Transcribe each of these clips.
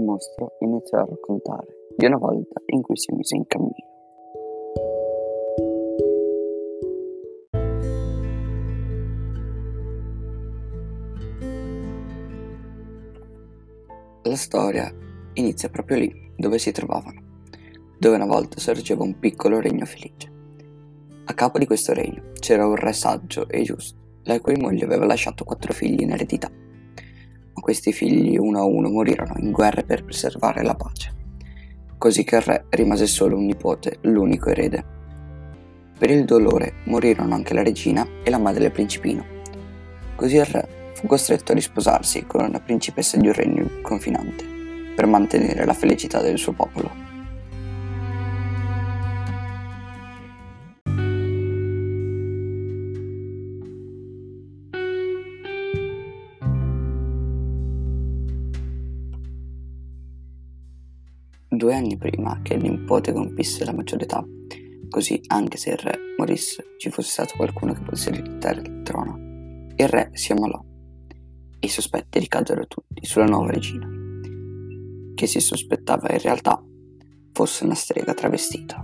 mostro iniziò a raccontare di una volta in cui si mise in cammino. La storia inizia proprio lì, dove si trovavano, dove una volta sorgeva un piccolo regno felice. A capo di questo regno c'era un re saggio e giusto, la cui moglie aveva lasciato 4 figli in eredità. Ma questi figli uno a uno morirono in guerre per preservare la pace, così che il re rimase solo un nipote, l'unico erede. Per il dolore morirono anche la regina e la madre del principino. Così il re fu costretto a risposarsi con una principessa di un regno confinante per mantenere la felicità del suo popolo. Due anni prima che il nipote compisse la maggiore età, così anche se il re morisse ci fosse stato qualcuno che potesse ereditare il trono, il re si ammalò e i sospetti ricaddero tutti sulla nuova regina, che si sospettava in realtà fosse una strega travestita.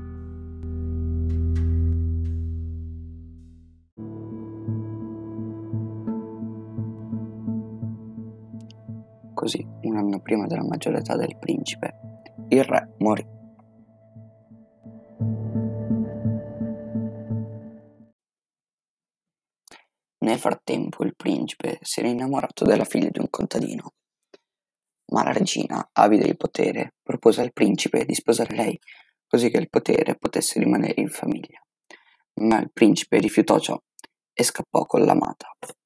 Così, un anno prima della maggiore età del principe, il re morì. Nel frattempo il principe si era innamorato della figlia di un contadino, ma la regina, avida di potere, propose al principe di sposare lei, così che il potere potesse rimanere in famiglia. Ma il principe rifiutò ciò e scappò con l'amata.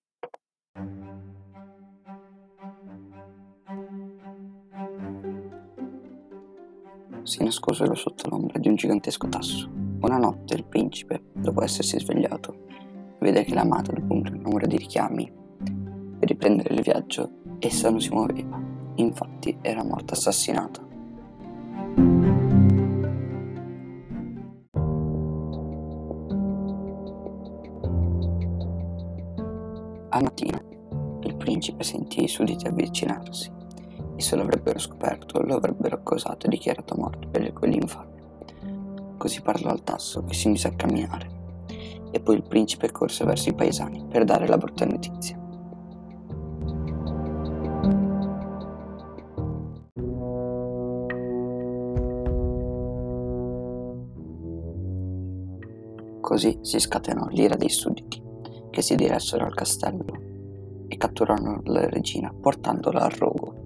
Si nascosero sotto l'ombra di un gigantesco tasso. Una notte il principe, dopo essersi svegliato, vede che l'amata, dopo un'ora di richiami per riprendere il viaggio, essa non si muoveva. Infatti era morta assassinata. Al mattino il principe sentì i sudditi avvicinarsi e se lo avrebbero scoperto lo avrebbero accusato e dichiarato morto per quell'infamia. Così parlò al tasso, che si mise a camminare, e poi il principe corse verso i paesani per dare la brutta notizia. Così si scatenò l'ira dei sudditi, che si diressero al castello e catturarono la regina portandola al rogo.